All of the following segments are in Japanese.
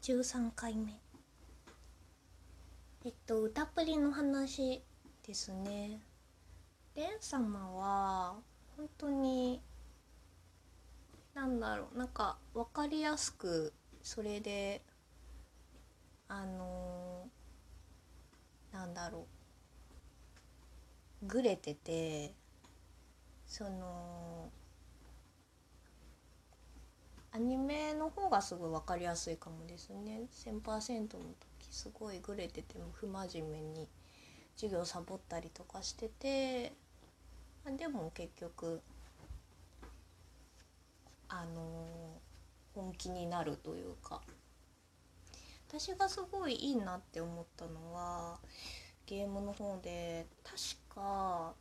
13回目。歌プリの話ですね。レン様は本当になんか分かりやすく、それでなんだろうグレてて、アニメの方がすごい分かりやすいかもですね。1000% の時すごいグレてても不真面目に授業サボったりとかしてて、でも結局本気になるというか、私がすごいいいなって思ったのはゲームの方で、確か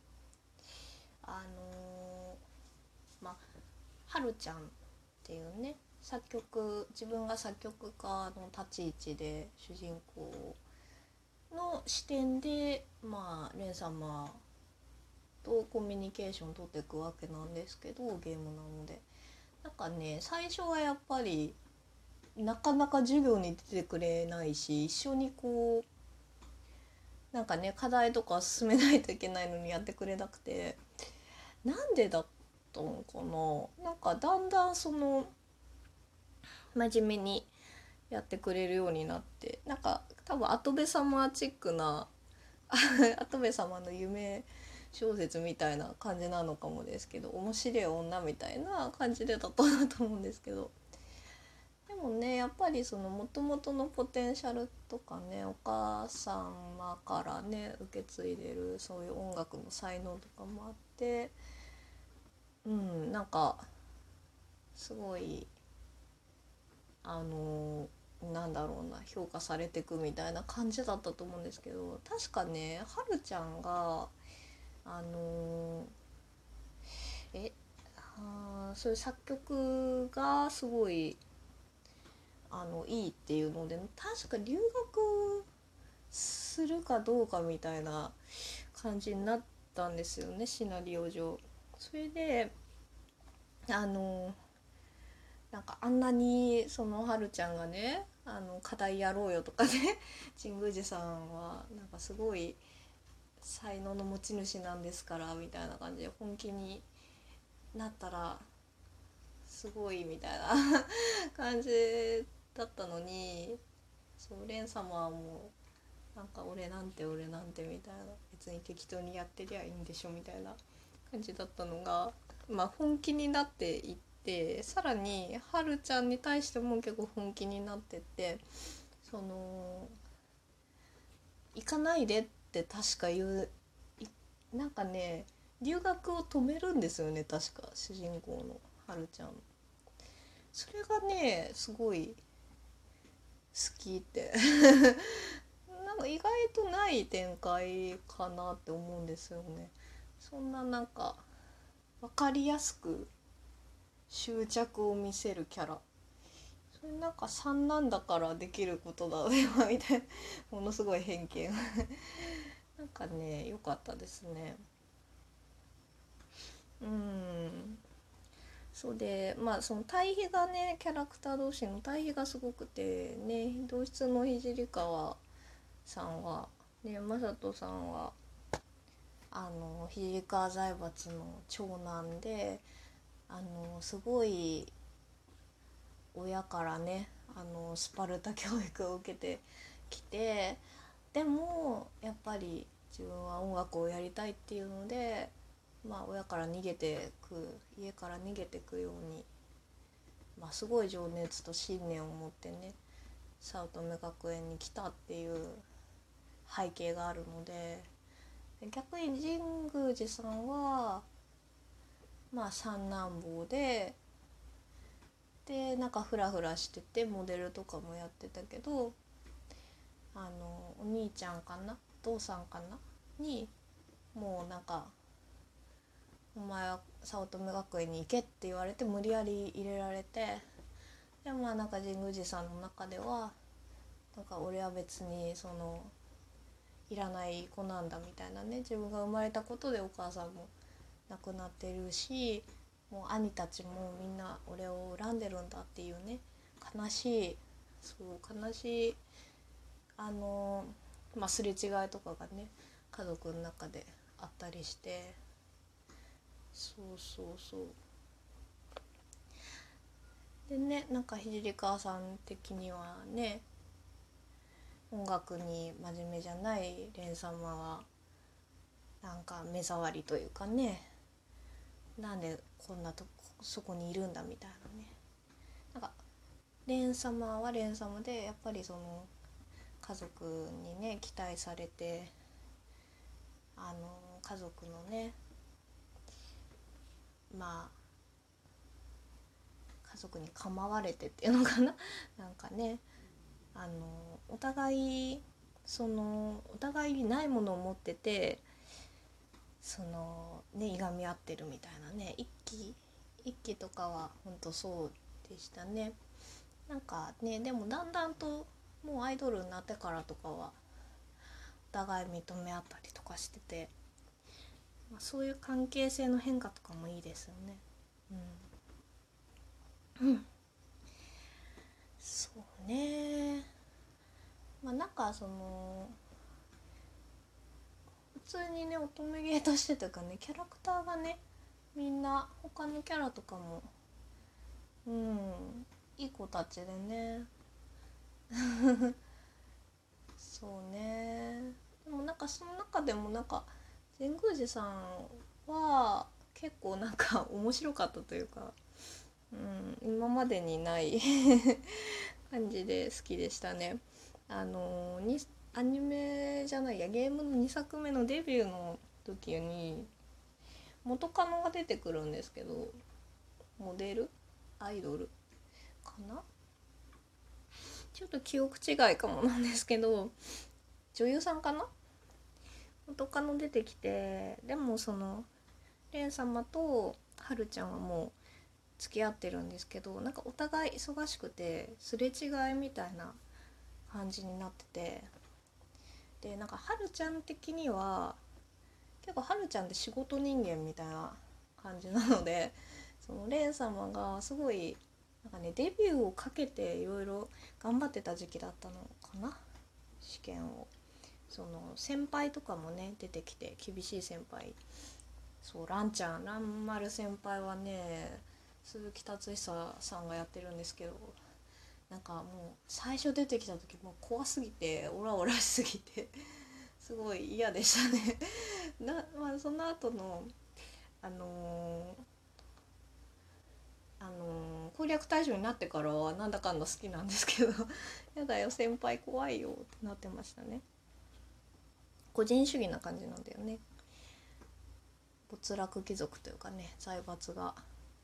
まあはるちゃんっていうね、自分が作曲家の立ち位置で主人公の視点でレン様とコミュニケーションを取っていくわけなんですけど、ゲームなのでなんかね、最初はやっぱりなかなか授業に出てくれないし、一緒になんかね、課題とか進めないといけないのにやってくれなくて、なんでだったのかな。なんかだんだん真面目にやってくれるようになって、なんか多分跡部様チックな跡部様の夢小説みたいな感じなのかもですけど、面白い女みたいな感じでだったなと思うんですけど、でもね、やっぱり元々のポテンシャルとかね、お母様からね受け継いでるそういう音楽の才能とかもあって、なんかすごいなんだろうな、評価されてくみたいな感じだったと思うんですけど、確かね、はるちゃんがあのえそういう作曲がすごいいいっていうので、確か留学するかどうかみたいな感じになったんですよね、シナリオ上。それでなんかあんなにはるちゃんがね、課題やろうよとかね神宮寺さんはなんかすごい才能の持ち主なんですからみたいな感じで本気になったらすごいみたいな感じだったのに、そう蓮様はもうなんか俺なんてみたいな、別に適当にやってりゃいいんでしょみたいな感じだったのが、本気になっていって、さらにはるちゃんに対しても結構本気になってって、行かないでって確か言う、なんかね、留学を止めるんですよね、確か主人公のはるちゃん。それがねすごい好きってなんか意外とない展開かなって思うんですよね。そんななんか分かりやすく執着を見せるキャラ、それなんか三男だからできることだねみたいな、ものすごい偏見なんかね、良かったですね。そうで、その対比がね、キャラクター同士の対比がすごくてね、同室の聖川さんはね、雅人さんは聖川財閥の長男で、すごい親からねスパルタ教育を受けてきて、でもやっぱり自分は音楽をやりたいっていうので、家から逃げてくように、すごい情熱と信念を持ってね早乙女学園に来たっていう背景があるので、逆に神宮寺さんは三男坊でなんかフラフラしててモデルとかもやってたけど、お兄ちゃんかな、お父さんかなにもうなんかお前は早乙女学園に行けって言われて無理やり入れられて、でなんか神宮寺さんの中ではなんか俺は別にいらない子なんだみたいなね、自分が生まれたことでお母さんも亡くなってるし、もう兄たちもみんな俺を恨んでるんだっていうね、悲しいそう悲しいすれ違いとかがね家族の中であったりして、そうでね、なんか聖川さん的にはね、音楽に真面目じゃない蓮様はなんか目障りというかね、なんでこんなとこそこにいるんだみたいなね。なんか蓮様は蓮様でやっぱりその家族にね期待されて、家族のね家族に構われてっていうのかななんかね、お互いお互いにないものを持ってていがみ合ってるみたいなね。一期とかはほんとそうでしたね。なんかね、でもだんだんともうアイドルになってからとかはお互い認め合ったりとかしてて、そういう関係性の変化とかもいいですよね。そうね。なんか普通にね乙女芸としてというかね、キャラクターがねみんな他のキャラとかもいい子たちでねそうね。でもなんかその中でもなんか神宮寺さんは結構なんか面白かったというか、今までにない感じで好きでしたね。にアニメじゃないやゲームの2作目のデビューの時に元カノが出てくるんですけど、モデルアイドルかな、ちょっと記憶違いかもなんですけど、女優さんかな、元カノ出てきて、でも蓮様とはるちゃんはもう付き合ってるんですけど、なんかお互い忙しくてすれ違いみたいな感じになってて、でなんかはるちゃん的には結構はるちゃんって仕事人間みたいな感じなので、その蓮様がすごいなんかねデビューをかけていろいろ頑張ってた時期だったのかな、試験を。先輩とかもね出てきて、厳しい先輩、そうラン丸先輩はね鈴木達久さんがやってるんですけど、なんかもう最初出てきた時もう怖すぎてオラオラしすぎてすごい嫌でしたねその後のあの攻略対象になってからはなんだかんだ好きなんですけどやだよ先輩怖いよってなってましたね。個人主義な感じなんだよね。没落貴族というかね、財閥が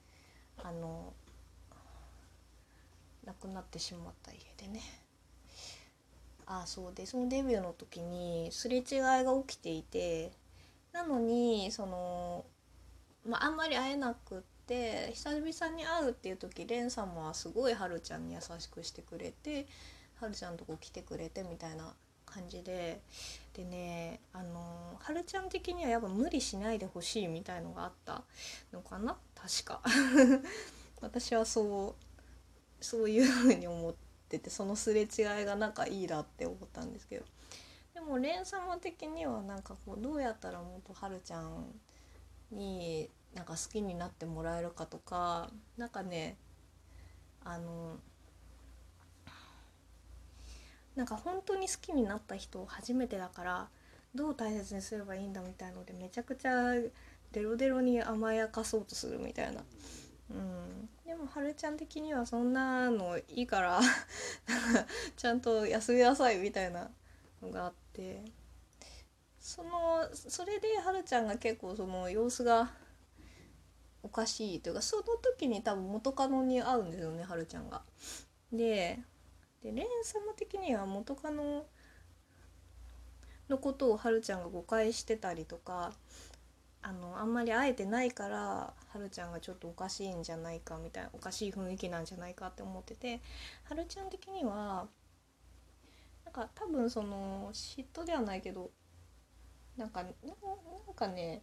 亡くなってしまった家でね。そうで、そのデビューの時にすれ違いが起きていて、なのにあんまり会えなくって、久々に会うっていう時蓮様はすごいはるちゃんに優しくしてくれて、はるちゃんのとこ来てくれてみたいな感じで、でねはるちゃん的にはやっぱ無理しないでほしいみたいのがあったのかな確か私はそういう風に思ってて、そのすれ違いがなんかいいなって思ったんですけど、でも蓮様的にはなんかこうどうやったらもっとはるちゃんになんか好きになってもらえるかとか、なんかねなんか本当に好きになった人を初めてだからどう大切にすればいいんだみたいのでめちゃくちゃデロデロに甘やかそうとするみたいな。でもはるちゃん的にはそんなのいいからちゃんと休みなさいみたいなのがあって、それではるちゃんが結構その様子がおかしいというか、その時に多分元カノに会うんですよねはるちゃんが。で蓮様的には元カノのことをはるちゃんが誤解してたりとか、あんまり会えてないからはるちゃんがちょっとおかしいんじゃないかみたいな、おかしい雰囲気なんじゃないかって思ってて、はるちゃん的にはなんか多分嫉妬ではないけど、なんかね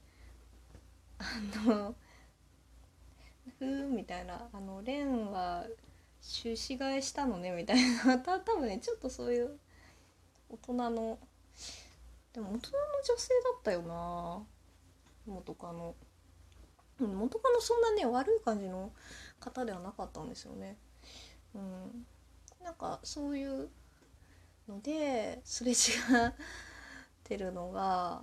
ふーみたいな、蓮は終始替えしたのねみたいな多分ねちょっとそういう大人のでも大人の女性だったよな元カノ。元カノそんなね悪い感じの方ではなかったんですよね。なんかそういうのですれ違ってるのが、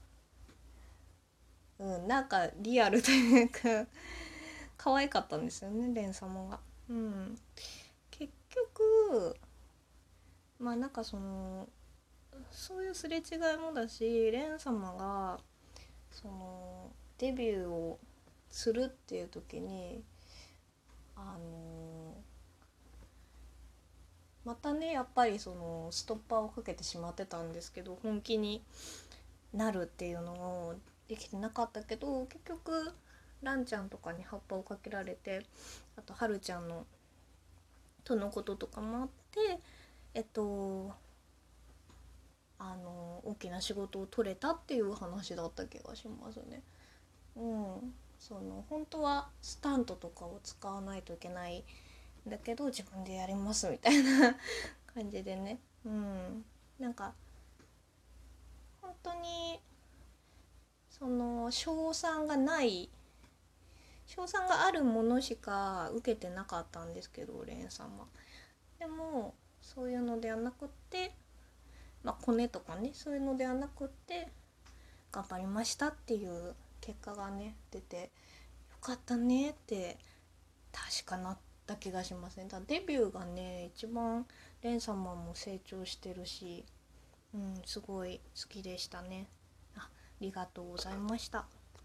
なんかリアルというか可愛かったんですよね蓮様が。結局まあなんかそういうすれ違いもだし蓮様がデビューをするっていう時にまたねやっぱりストッパーをかけてしまってたんですけど本気になるっていうのをできてなかったけど結局ランちゃんとかに葉っぱをかけられてあとはるちゃんのとのこととかもあって大きな仕事を取れたっていう話だった気がしますね。本当はスタントとかを使わないといけないんだけど自分でやりますみたいな感じでね、なんか本当に賞賛があるものしか受けてなかったんですけど蓮様でもそういうのではなくってコネとかねそういうのではなくって頑張りましたっていう結果がね出てよかったねって確かなった気がしますね。デビューがね一番蓮様も成長してるし、すごい好きでしたね。ありがとうございました。